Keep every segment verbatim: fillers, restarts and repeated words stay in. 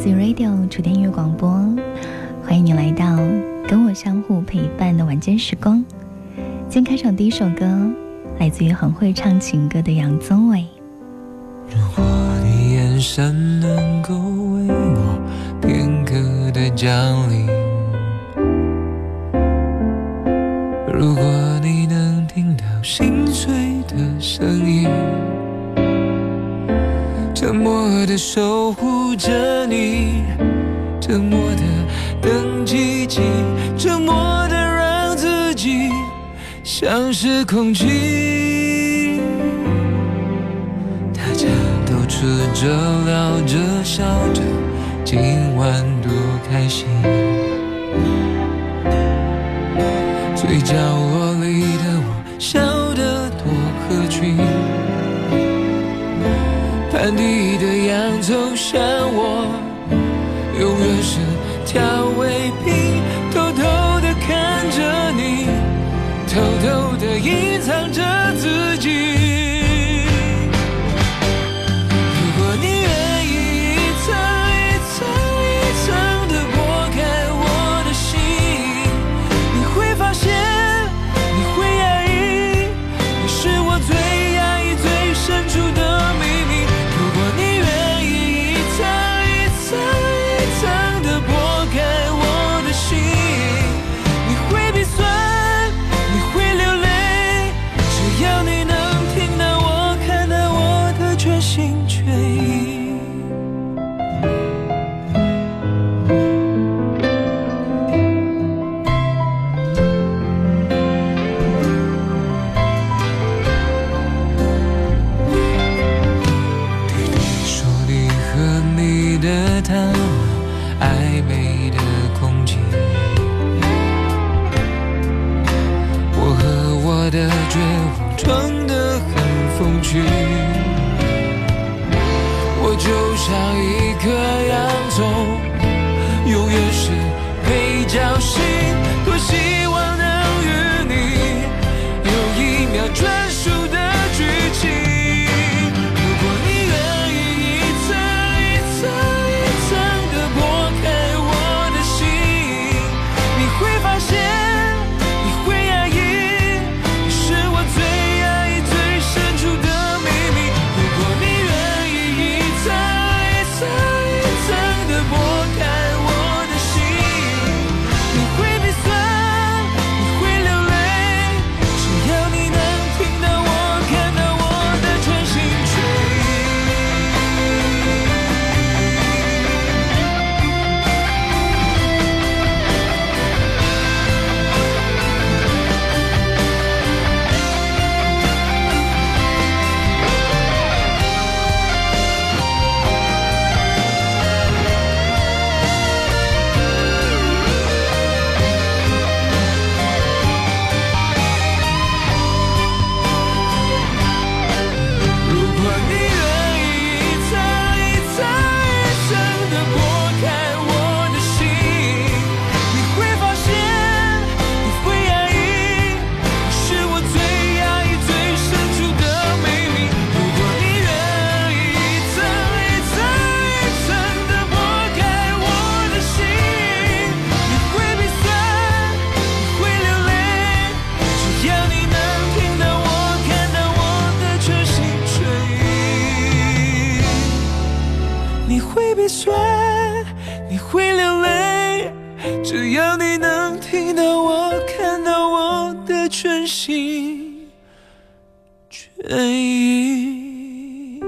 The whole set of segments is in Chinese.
自于 Radio 楚天音乐广播，欢迎你来到跟我相互陪伴的晚间时光。今天开场第一首歌来自于很会唱情歌的杨宗纬。 如果你眼神能够为我片刻的降临，如果你能听到心碎的声音，沉默地守护着你，沉默地等奇迹，沉默地让自己像是空气。大家都吃着聊着笑着，今晚多开心。最角落里的我笑得多合群，盘底的洋葱像我永远是调味品，偷偷地看着你，偷偷地隐藏着自己。如果你愿意一层一层一层地剥开我的心，你会发现你会压抑，你是我最压抑最深处的秘密。如果你愿意一层一层一层地剥开我的心，你会鼻酸，你会流泪，只要你能听到我看到我的全心全意。暧昧的空气，我和我的绝望装得很风趣，我就像一颗洋葱，永远是配角型，多希望能与你有一秒专属的剧情。你会鼻酸，你会流泪，只要你能听到我看到我的全心全意。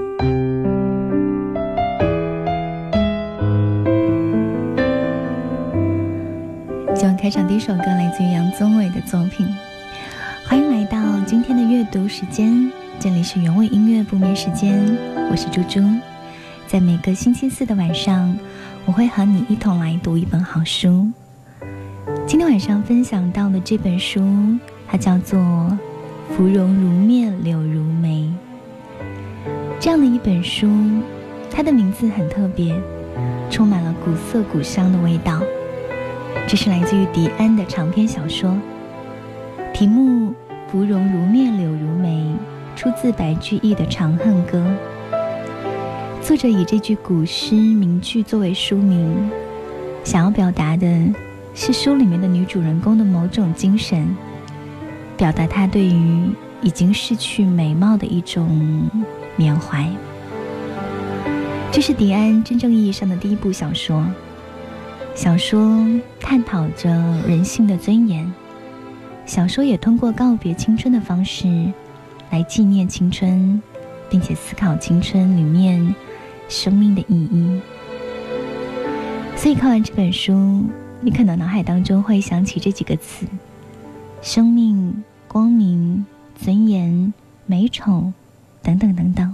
今晚开场第一首歌来自于杨宗纬的作品。欢迎来到今天的阅读时间，这里是原味音乐不眠时间，我是猪猪。在每个星期四的晚上，我会和你一同来读一本好书。今天晚上分享到的这本书，它叫做《芙蓉如面柳如眉》。这样的一本书，它的名字很特别，充满了古色古香的味道。这是来自于迪安的长篇小说，题目《芙蓉如面柳如眉》，出自白居易的《长恨歌》。 作者以这句古诗名句作为书名，想要表达的是书里面的女主人公的某种精神，表达她对于已经失去美貌的一种缅怀。这是迪安真正意义上的第一部小说。小说探讨着人性的尊严，小说也通过告别青春的方式来纪念青春，并且思考青春里面生命的意义。所以看完这本书，你可能脑海当中会想起这几个词：生命、光明、尊严、美丑等等等等。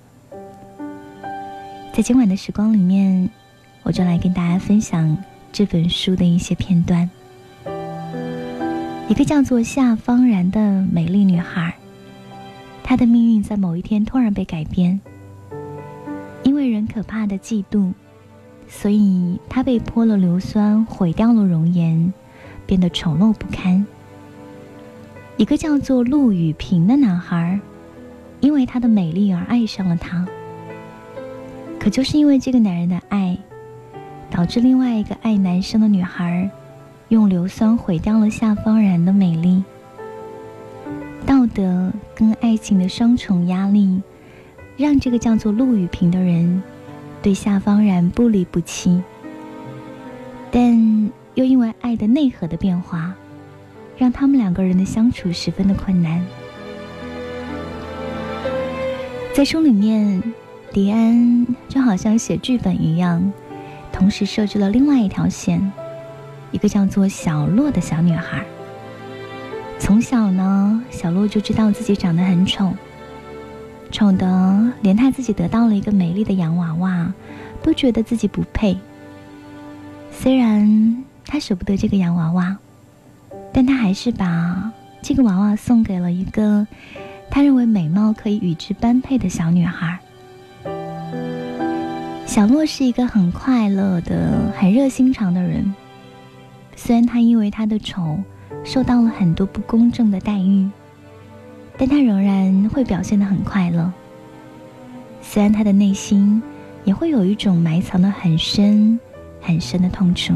在今晚的时光里面，我就来跟大家分享这本书的一些片段。一个叫做夏方然的美丽女孩，她的命运在某一天突然被改变。因为人可怕的嫉妒，所以她被泼了硫酸，毁掉了容颜，变得丑陋不堪。一个叫做陆羽平的男孩，因为她的美丽而爱上了她。可就是因为这个男人的爱，导致另外一个爱男生的女孩用硫酸毁掉了夏方然的美丽。道德跟爱情的双重压力，让这个叫做陆羽平的人对夏方然不离不弃，但又因为爱的内核的变化，让他们两个人的相处十分的困难。在书里面，迪安就好像写剧本一样，同时设置了另外一条线，一个叫做小洛的小女孩。从小呢，小洛就知道自己长得很丑，丑的连她自己得到了一个美丽的洋娃娃都觉得自己不配。虽然她舍不得这个洋娃娃，但她还是把这个娃娃送给了一个她认为美貌可以与之般配的小女孩。小洛是一个很快乐的、很热心肠的人，虽然他因为他的丑受到了很多不公正的待遇，但他仍然会表现得很快乐。虽然他的内心也会有一种埋藏得很深很深的痛楚。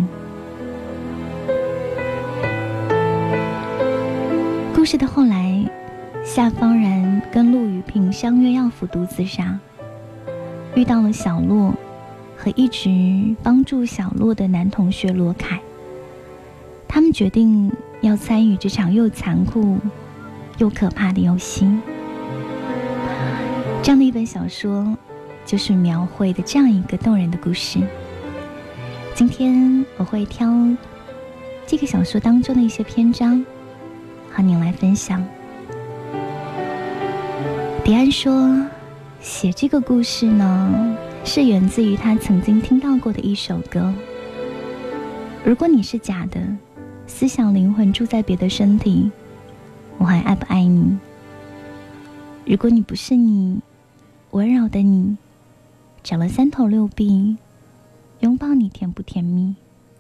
故事的后来，夏方然跟陆羽平相约要服毒自杀，遇到了小洛和一直帮助小洛的男同学罗凯。他们决定要参与这场又残酷又可怕的游戏。这样的一本小说，就是描绘的这样一个动人的故事。今天我会挑这个小说当中的一些篇章和您来分享。迪安说，写这个故事呢，是源自于他曾经听到过的一首歌。如果你是假的，思想灵魂住在别的身体，我还爱不爱你？如果你不是你，温柔的你，长了三头六臂，拥抱你甜不甜蜜？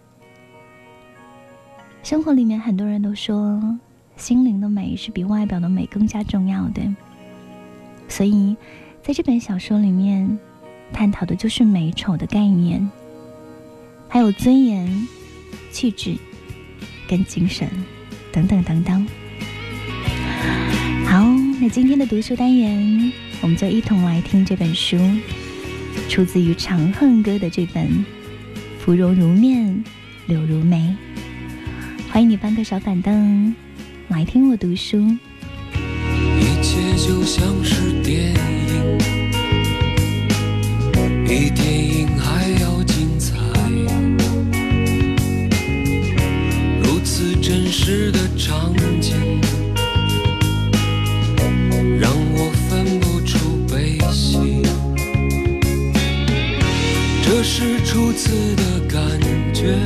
生活里面很多人都说，心灵的美是比外表的美更加重要的。所以在这本小说里面探讨的就是美丑的概念，还有尊严、气质跟精神等等等等。好，那今天的读书单元，我们就一同来听这本书，出自于《长恨歌》的这本《芙蓉如面柳如眉》。欢迎你搬个小板凳来听我读书。 一切就像是电影，比电影还要精彩，如此真实的场景，让我分不出悲喜。这是初次的感觉，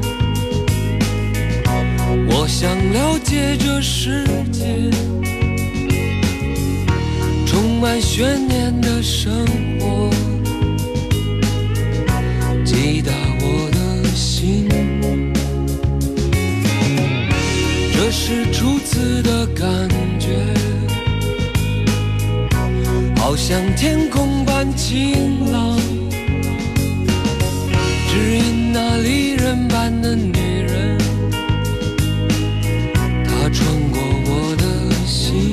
我想了解这世界，充满悬念的生活，击打我的心。这是初次的感觉，好像天空般晴朗， 人般的女人，她穿过我的心。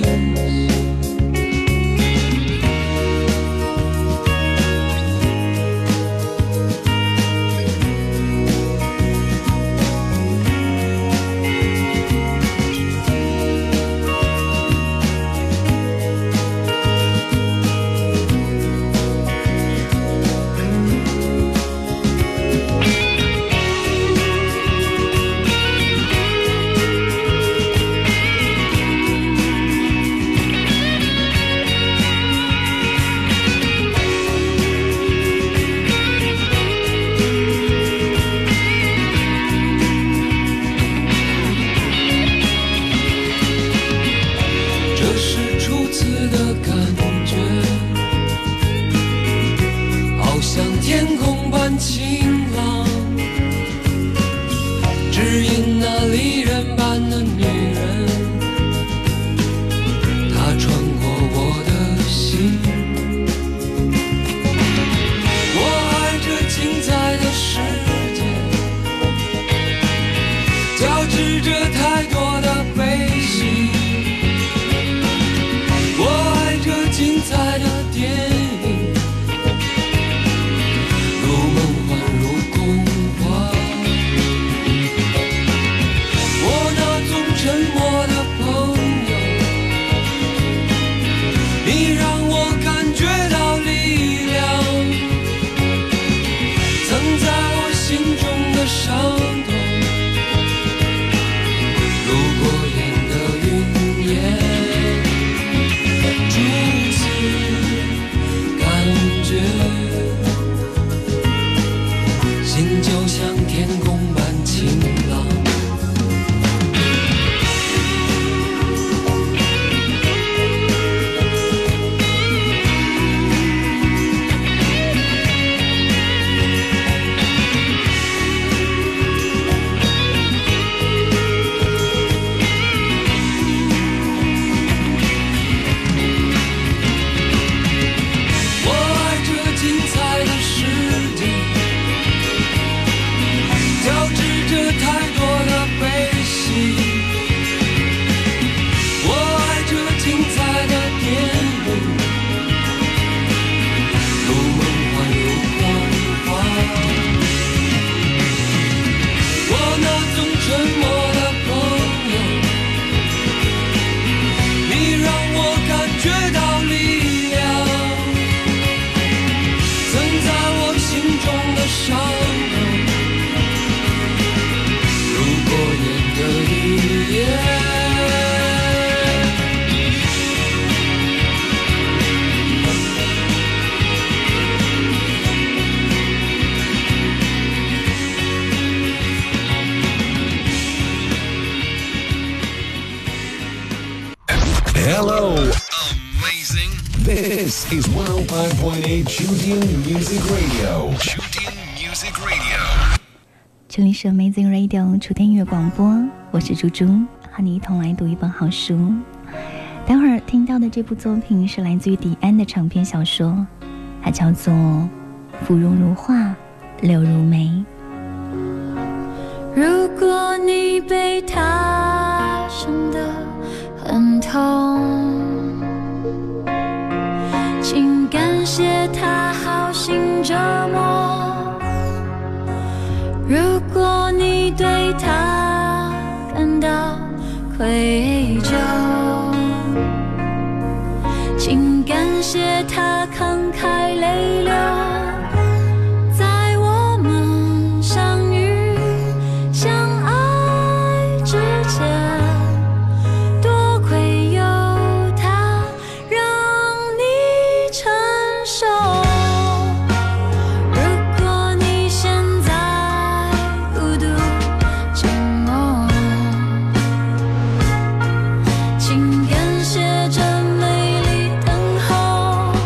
Hello, amazing. This is one oh five point eight Chutian Music Radio. Chutian Music Radio. 这里是 Amazing Radio 楚天音乐广播，我是猪猪，和你一同来读一本好书。待会儿听到的这部作品是来自于迪安的长篇小说，它叫做《芙蓉如画，柳如眉》。 如果你被他伤得很痛，请感谢他好心折磨。如果你对他感到愧疚，请感谢他慷慨泪流。在我们相遇相爱之前，多亏有他让你成熟。如果你现在孤独寂寞，请感谢这美丽等候。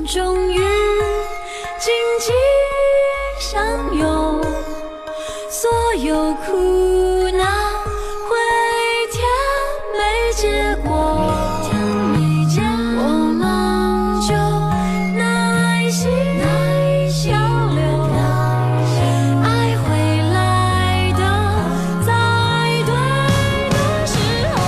终于紧紧相拥，所有苦难会甜美结果，我们就耐心交流，爱会来的，在对的时候。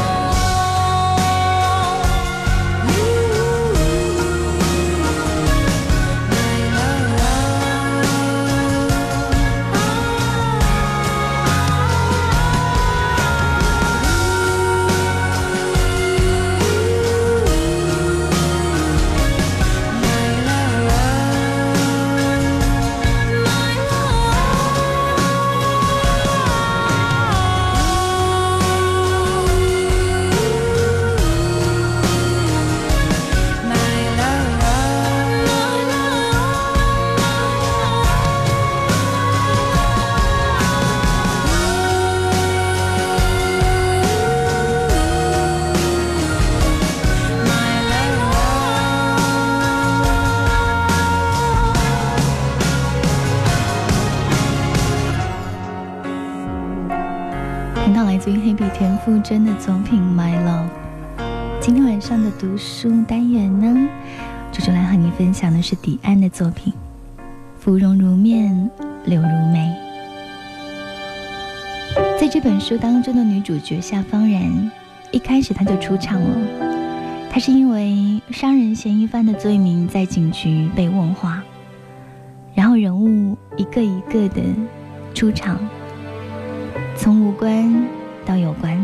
听到来自于黑笔田馥甄的作品《My Love》。今天晚上的读书单元呢，主持来和你分享的是彼岸的作品《芙蓉如面，柳如眉》。在这本书当中的女主角夏方然，一开始她就出场了。她是因为杀人嫌疑犯的罪名在警局被问话，然后人物一个一个的出场，从无关到有关。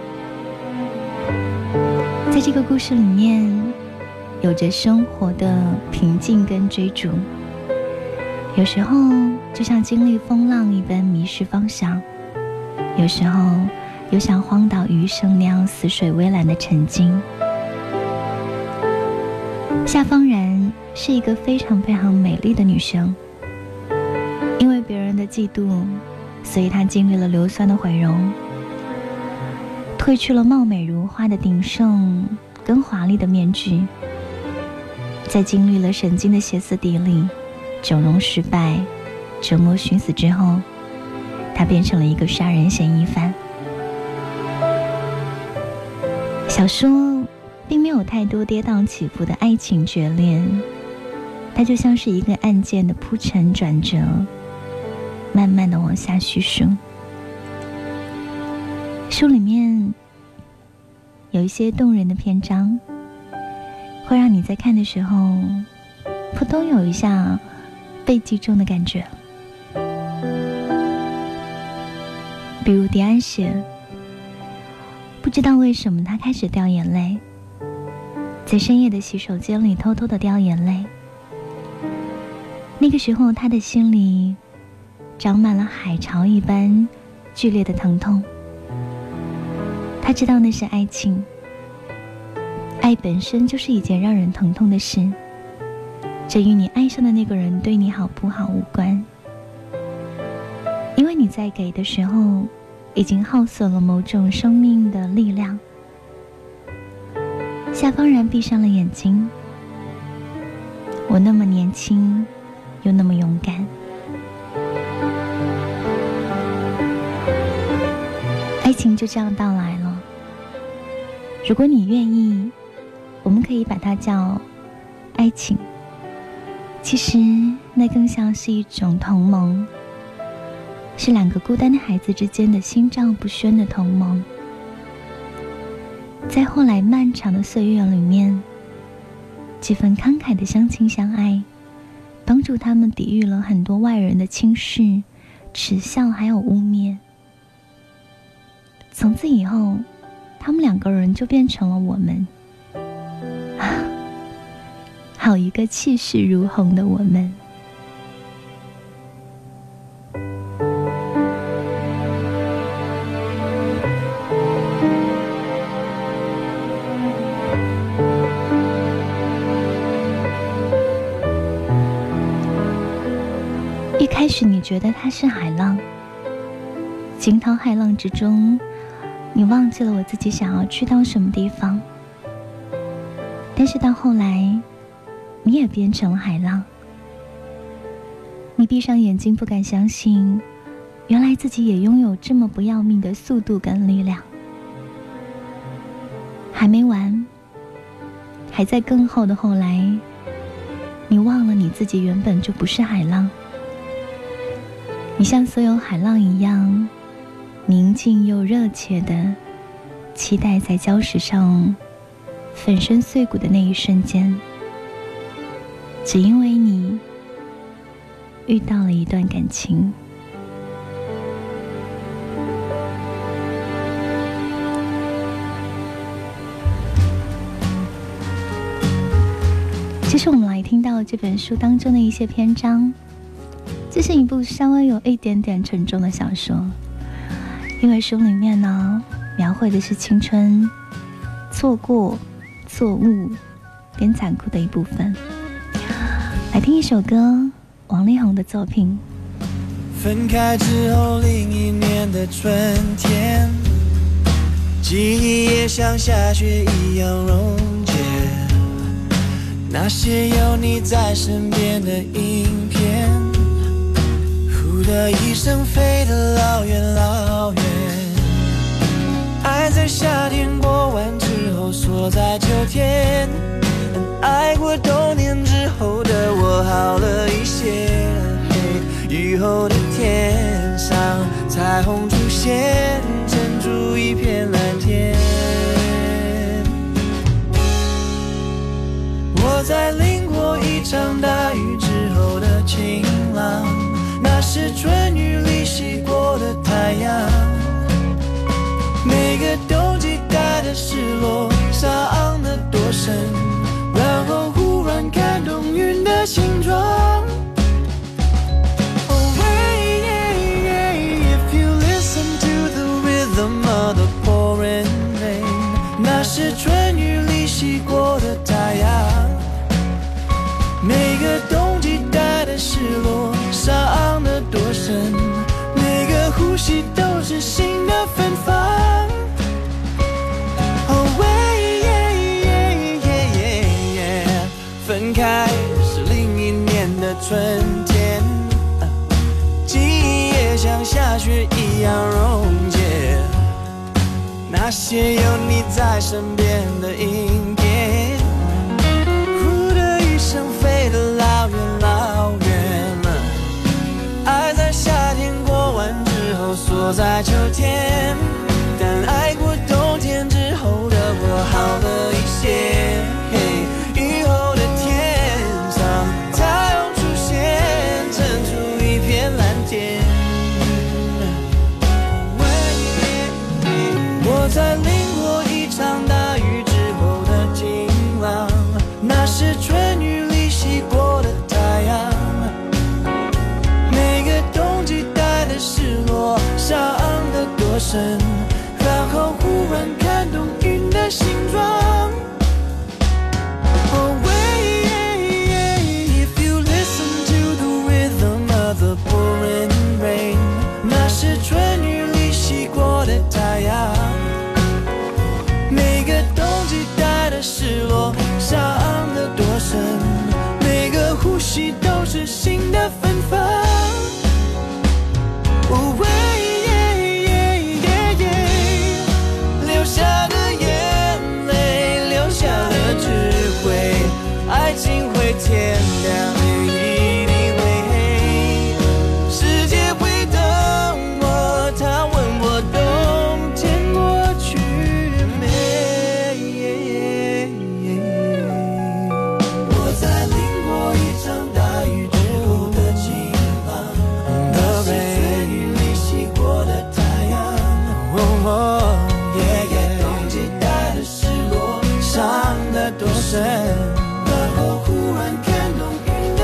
在这个故事里面，有着生活的平静跟追逐，有时候就像经历风浪一般迷失方向，有时候又像荒岛余生那样死水微澜的沉静。夏方然是一个非常非常美丽的女生，因为别人的嫉妒，所以她经历了硫酸的毁容，褪去了貌美如花的鼎盛跟华丽的面具，在经历了神经的歇斯底里、整容失败、折磨寻死之后，她变成了一个杀人嫌疑犯。小说并没有太多跌宕起伏的爱情决裂，它就像是一个案件的铺陈转折，慢慢的往下叙述。书里面有一些动人的篇章，会让你在看的时候扑通有一下被击中的感觉。比如迪安写，不知道为什么他开始掉眼泪，在深夜的洗手间里偷偷的掉眼泪。那个时候他的心里长满了海潮一般剧烈的疼痛。他知道那是爱情，爱本身就是一件让人疼痛的事，这与你爱上的那个人对你好不好无关，因为你在给的时候已经耗损了某种生命的力量。夏方然闭上了眼睛，我那么年轻又那么勇敢。爱情就这样到来了，如果你愿意，我们可以把它叫爱情。其实那更像是一种同盟，是两个孤单的孩子之间的心照不宣的同盟。在后来漫长的岁月里面，这份慷慨的相亲相爱，帮助他们抵御了很多外人的轻视、耻笑还有污蔑。从此以后，他们两个人就变成了我们，啊，好一个气势如虹的我们。一开始你觉得它是海浪，惊涛骇浪之中，你忘记了我自己想要去到什么地方。但是到后来， 你也变成了海浪。你闭上眼睛，不敢相信，原来自己也拥有这么不要命的速度跟力量。还没完，还在更后的后来，你忘了你自己原本就不是海浪。你像所有海浪一样，宁静又热切的期待在礁石上粉身碎骨的那一瞬间，只因为你遇到了一段感情。其实我们来听到这本书当中的一些篇章，这是一部稍微有一点点沉重的小说，因为书里面呢描绘的是青春错过、错误跟残酷的一部分。来听一首歌，王力宏的作品。 分开之后另一年的春天，记忆也像下雪一样溶解，那些有你在身边的影片，呼的一声飞得老远老远，爱在夏天过完之后锁在秋天，爱过冬天之后的我好了一些，雨后的天上彩虹出现，撑出一片蓝天。我在淋过一场大雨之后的晴朗，那是春雨里洗过的太阳，每个冬季带的失落伤得多深，然后忽然看懂云的形状。Oh yeah, yeah, yeah, if you listen to the rhythm of the pouring rain， 那是春雨里洗过的太阳，每个冬季带的失落伤得多深，每个呼吸都是新的芬芳。Oh yeah, yeah, yeah, yeah, yeah， 分开是另一年的春天，记忆也像下雪一样溶解，那些有你在身边的影片，呼的一声飞得老远老远，爱在夏天过完之后锁在秋天，但爱过冬天之后的我好了一些，雨后的天上彩虹出现，撑出一片蓝天。我在淋过一场大雨之后的晴朗，那是春雨里洗过的太阳，每个冬季带的失落伤得多深，然后忽然看懂云的形状。Oh yeah, if you listen to the rhythm of the pouring rain， 那是春雨里洗过的太阳，每个冬季带的失落伤得多深，每个呼吸都是新的芬芳。Oh yeah, yeah, yeah, yeah， 流下的眼泪，留下了智慧，爱情会天亮，也一定会黑，世界会等我，他问我冬天过去没，我在淋过一场大雨之后的晴朗，那是春雨里洗过的太阳，每个冬季带的失落伤得多深，然后忽然看懂云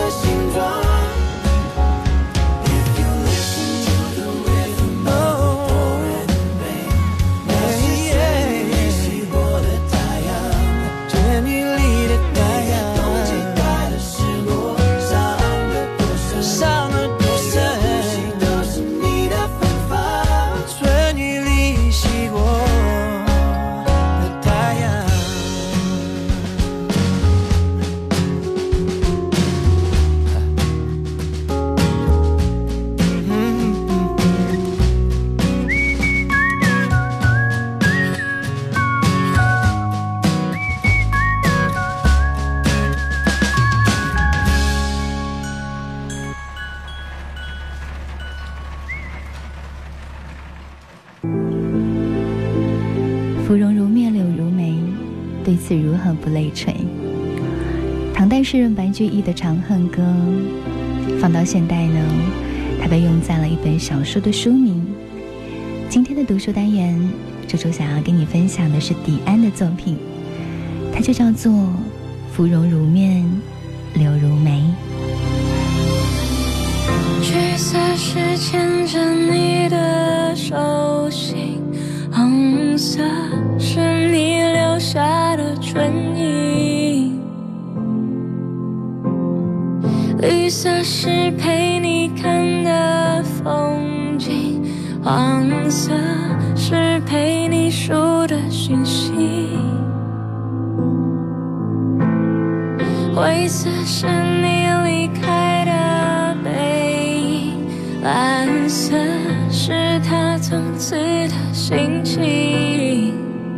此如何不泪垂。唐代诗人白居易的《长恨歌》，放到现代呢，它被用在了一本小说的书名。今天的读书单元，周周想要跟你分享的是迪安的作品，它就叫做《芙蓉如面，柳如眉》。 橘色是牵着你的手心，红色是你留下的唇印，绿色是陪你看的风景，黄色是陪你数的讯息，灰色是你离开的背影，蓝色是他从此的心情，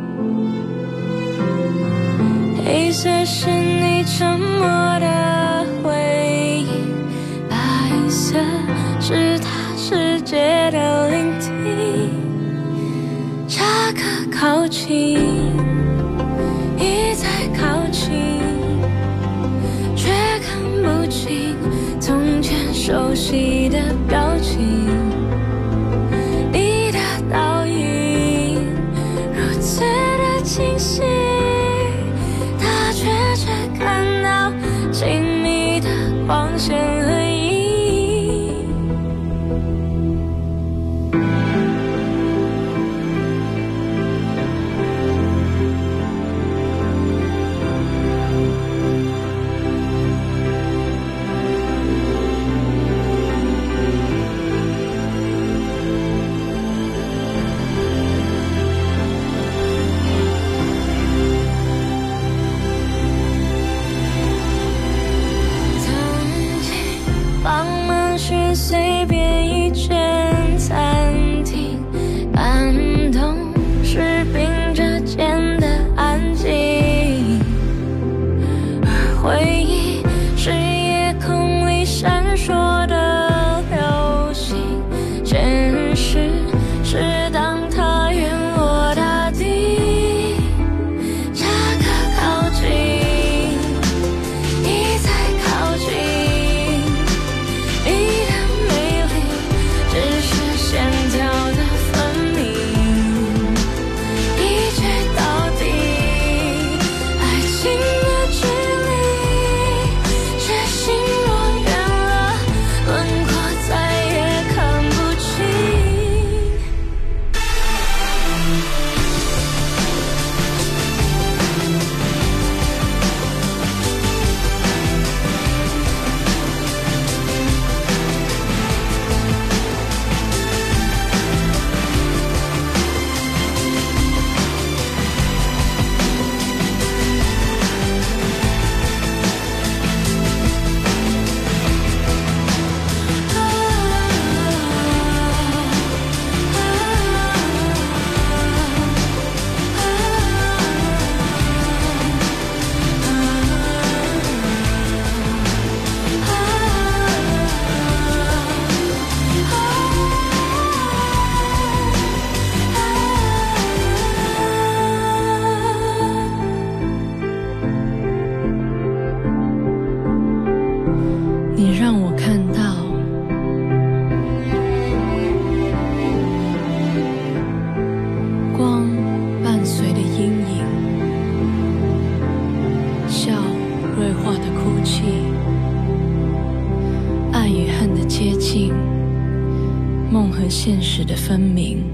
黑色是你沉默的回应，白色是他世界的聆听。这个靠近，一再靠近，却看不清从前熟悉的表情，你的倒影如此的清晰，他却只看到亲密的光线和影。随便一间餐厅，感动是冰着肩的安静，而回忆是夜空里闪烁的流星，现实是当它陨落大地。这个靠近，一再靠近，你的只是线条的分明，一直到底，爱情的距离是心若远了，轮廓再也看不清。你让我看到光伴随的阴影，笑锐化的哭泣，爱与恨的接近，梦和现实的分明。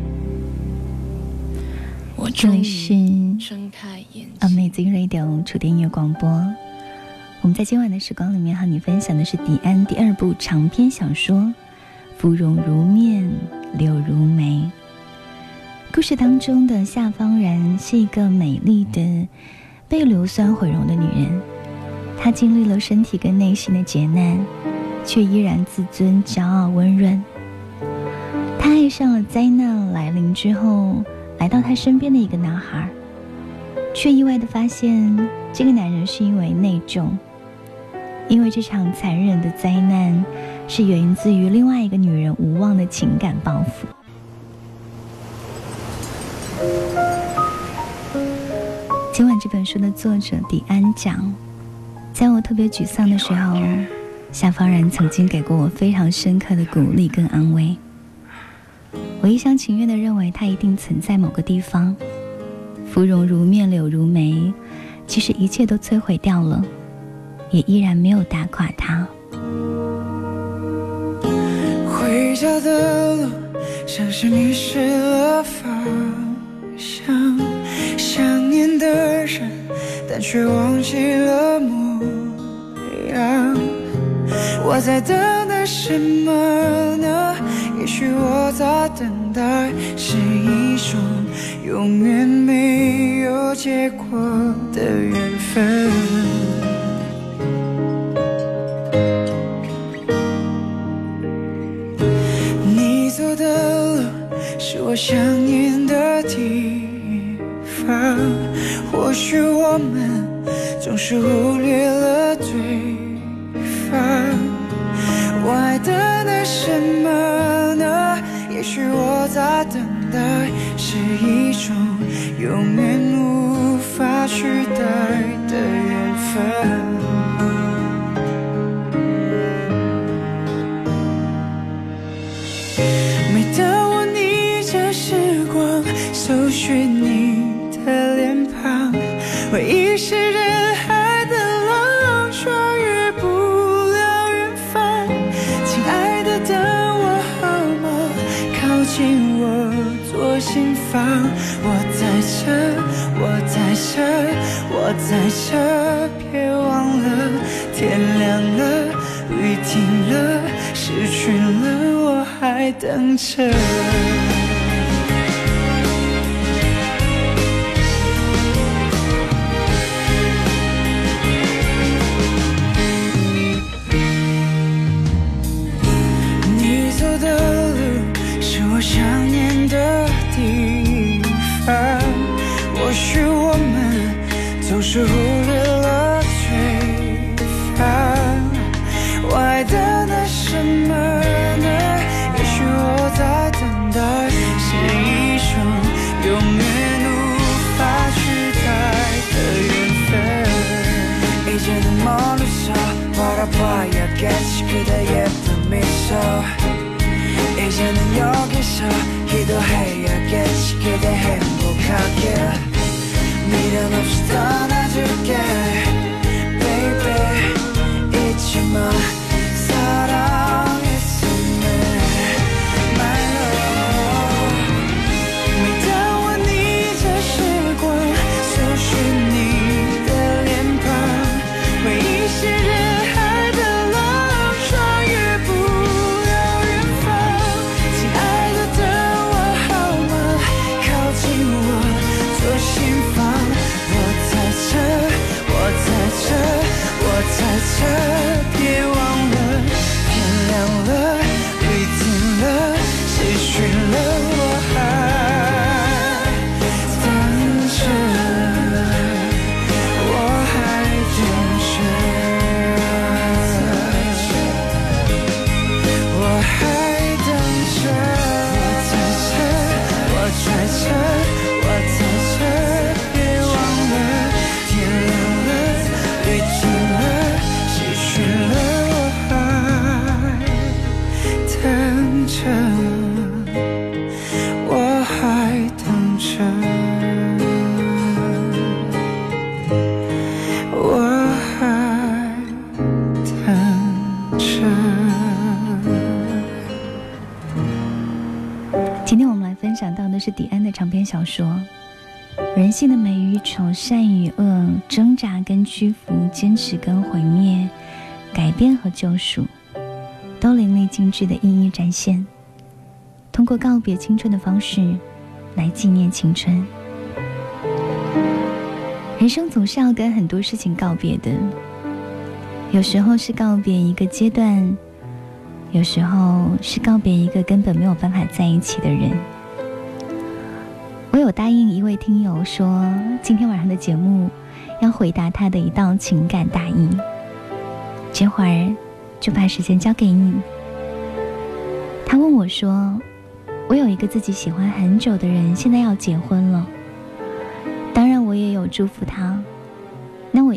我这里是睁开眼睛 Amazing Radio 触电音乐广播。我们在今晚的时光里面和你分享的是迪安第二部长篇小说《芙蓉如面，柳如眉》。故事当中的夏方然是一个美丽的被硫酸毁容的女人，她经历了身体跟内心的劫难，却依然自尊骄傲温润。她爱上了灾难来临之后来到她身边的一个男孩，却意外地发现这个男人是因为内疚，因为这场残忍的灾难是源自于另外一个女人无望的情感报复。今晚这本本书的作者迪安讲，在我特别沮丧的时候，下方人曾经给过我非常深刻的鼓励跟安慰。我一厢情愿地认为它一定存在某个地方，芙蓉如面，柳如眉，即使一切都摧毁掉了，也依然没有打垮它。 回家的路像是迷失了方向，想念的人但却忘记了模样。我在等待什么呢？也许我在等待是一种永远没有结果的缘分。你走的路是我想念的地方，或许我们总是忽略了对方。我还等待什么呢？也许我在等待是一种永远无法取代的缘分。每当我逆着时光搜寻你的脸庞，回忆是人海的浪，穿越不了远方。亲爱的，等我好吗？靠近我左心房。我在这，我在这，我在这，别忘了，天亮了，雨停了，失去了，我还等着。想念的地方，或许我们总是忽略了对方。我还等待什么呢？也许我在等待是一种永远无法取代的缘分。 이제는 멀리서 바라봐야겠지 그대의 미소. 이제는 여기서 기도해야겠지 그대 행복하게. 미련 없이 떠나줄게 baby. 잊지 마 사랑했음에 my love. 每当我逆着时光搜寻你的脸庞，回忆是人海的浪，穿越不了远方。亲爱的，等我好吗？靠近我左心房。我在这，我在这，我在这，别忘了，天亮了，雨停了，失去了，我还等着，我还等着，我还等着。我在这，我在这，别忘了，天亮了，雨停了，失去了，我还等着，我还等着，我还等着。 今天我们来分享到的是迪安的长篇小说《人性的美与丑，善与恶，挣扎跟屈服，坚持跟毁灭，改变和救赎》，都淋漓尽致的一一展现。通过告别青春的方式来纪念青春。人生总是要跟很多事情告别的，有时候是告别一个阶段，有时候是告别一个根本没有办法在一起的人。我有答应一位听友说，今天晚上的节目要回答他的一道情感大意，这会儿就把时间交给你。他问我说，我有一个自己喜欢很久的人，现在要结婚了，当然我也有祝福他，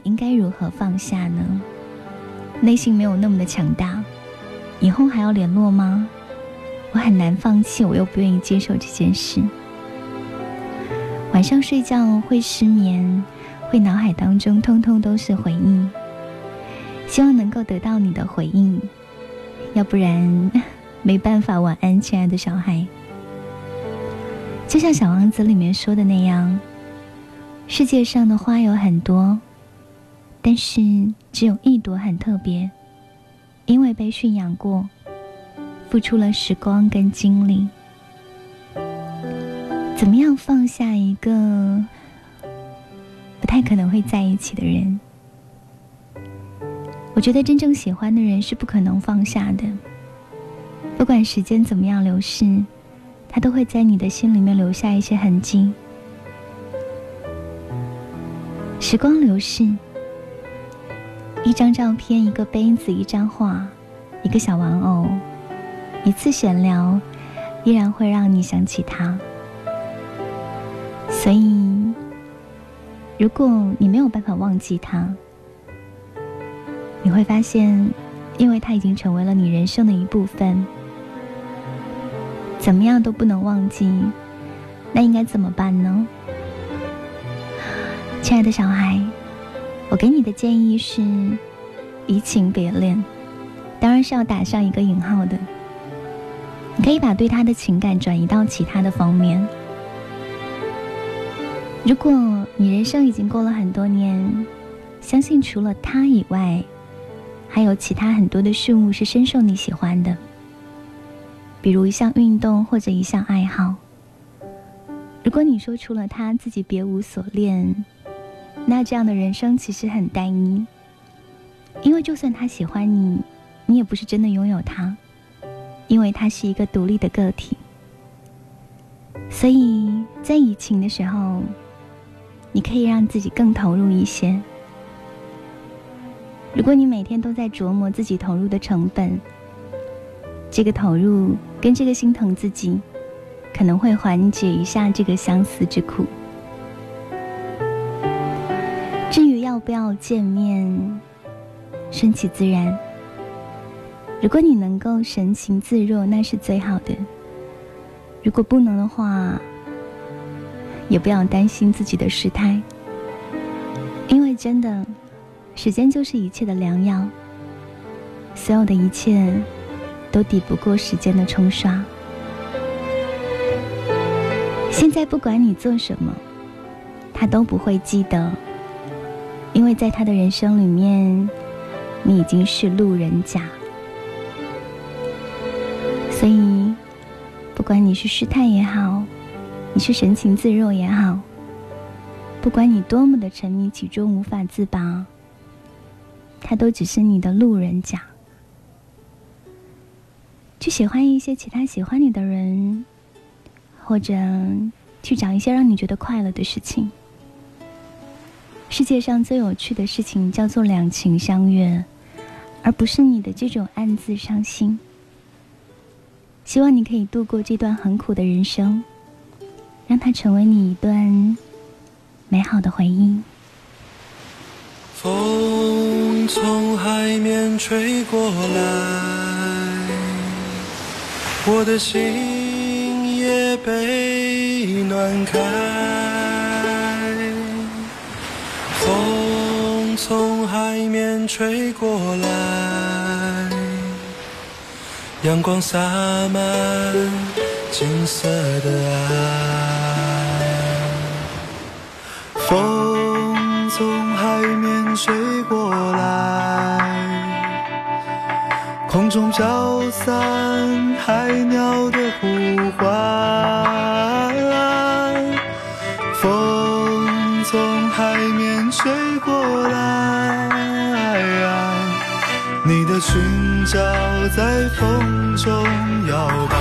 应该如何放下呢？内心没有那么的强大，以后还要联络吗？我很难放弃，我又不愿意接受这件事。晚上睡觉会失眠，会脑海当中通通都是回忆，希望能够得到你的回应，要不然没办法晚安，亲爱的小孩。就像小王子里面说的那样，世界上的花有很多，但是只有一朵很特别，因为被驯养过，付出了时光跟精力。怎么样放下一个不太可能会在一起的人？我觉得真正喜欢的人是不可能放下的，不管时间怎么样流逝，他都会在你的心里面留下一些痕迹。时光流逝，一张照片，一个杯子，一张画，一个小玩偶，一次闲聊，依然会让你想起他。所以如果你没有办法忘记他，你会发现，因为他已经成为了你人生的一部分，怎么样都不能忘记，那应该怎么办呢？亲爱的小孩，我给你的建议是移情别恋，当然是要打上一个引号的。你可以把对他的情感转移到其他的方面。如果你人生已经过了很多年，相信除了他以外，还有其他很多的事物是深受你喜欢的，比如一项运动或者一项爱好。如果你说除了他自己别无所恋，那这样的人生其实很单一，因为就算他喜欢你，你也不是真的拥有他，因为他是一个独立的个体。所以在移情的时候，你可以让自己更投入一些。如果你每天都在琢磨自己投入的成本，这个投入跟这个心疼自己，可能会缓解一下这个相思之苦。至于要不要见面，顺其自然。如果你能够神情自若，那是最好的。如果不能的话，也不要担心自己的失态，因为真的，时间就是一切的良药，所有的一切都抵不过时间的冲刷。现在不管你做什么，他都不会记得，因为在他的人生里面，你已经是路人甲。所以不管你是失态也好，你是神情自若也好，不管你多么的沉迷其中无法自拔，他都只是你的路人甲。去喜欢一些其他喜欢你的人，或者去找一些让你觉得快乐的事情。世界上最有趣的事情叫做两情相悦，而不是你的这种暗自伤心。希望你可以度过这段很苦的人生，让它成为你一段美好的回忆。 风从海面吹过来，我的心也被暖开。风从海面吹过来，阳光洒满金色的爱。风从海面吹过来，空中飘散海鸟的呼唤。风从海面吹过来，你的裙角在风中摇摆。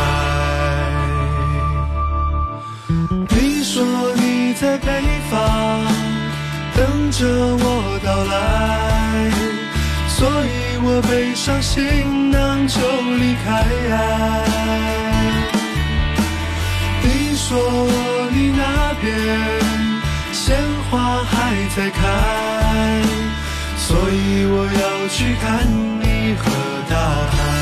你说你在北方等着我到来，所以我背上行囊就离开。你说你那边鲜花还在开， 所以我要去看你和大海。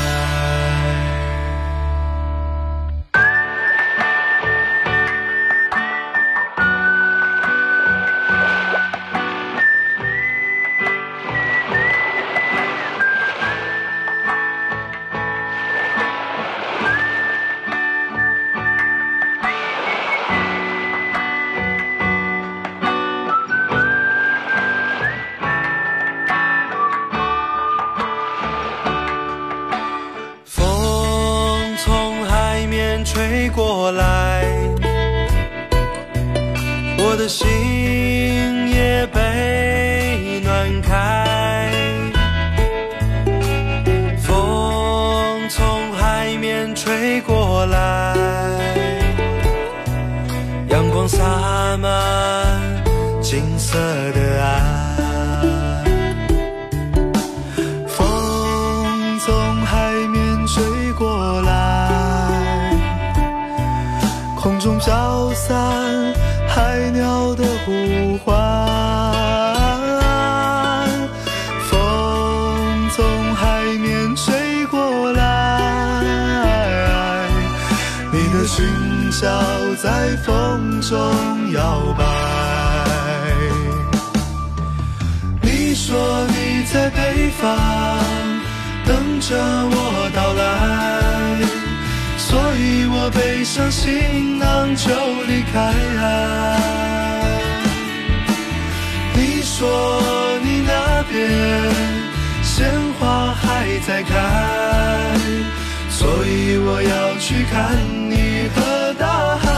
吹过来，我的心也被暖开。风从海面吹过来，阳光洒满金色的岸。风从海面吹过来，空中飘散海鸟的呼唤，风从海面吹过来，你的裙角在风中摇摆。你说你在北方等着我到来，所以我背上行囊就离开。你说你那边鲜花还在开，所以我要去看你和大海。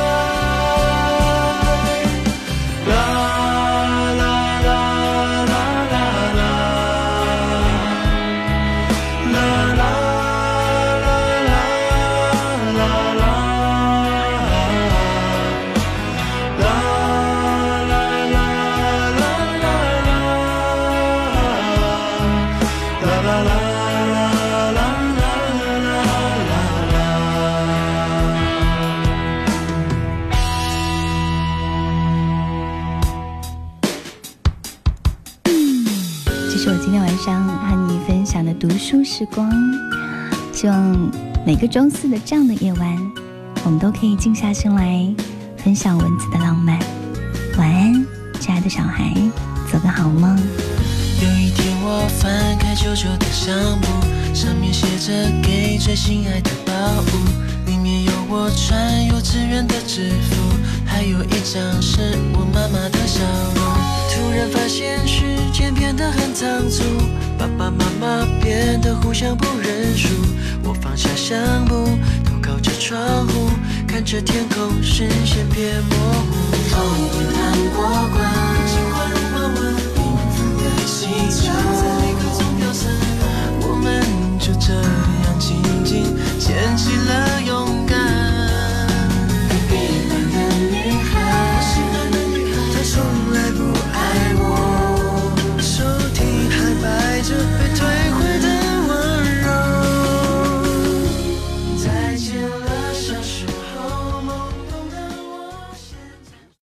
读书时光，希望每个周四的这样的夜晚，我们都可以静下心来分享文字的浪漫。晚安，亲爱的小孩，做个好梦。 有一天我翻开旧旧的相簿，上面写着给最心爱的宝物，里面有我穿幼稚园的制服，还有一张是我妈妈的笑容。突然发现时间变得很仓促，爸爸妈妈变得互相不认输。我放下相簿，头靠着窗户，看着天空，视线变模糊。风一探过关，心花如花纹，缤纷的气球。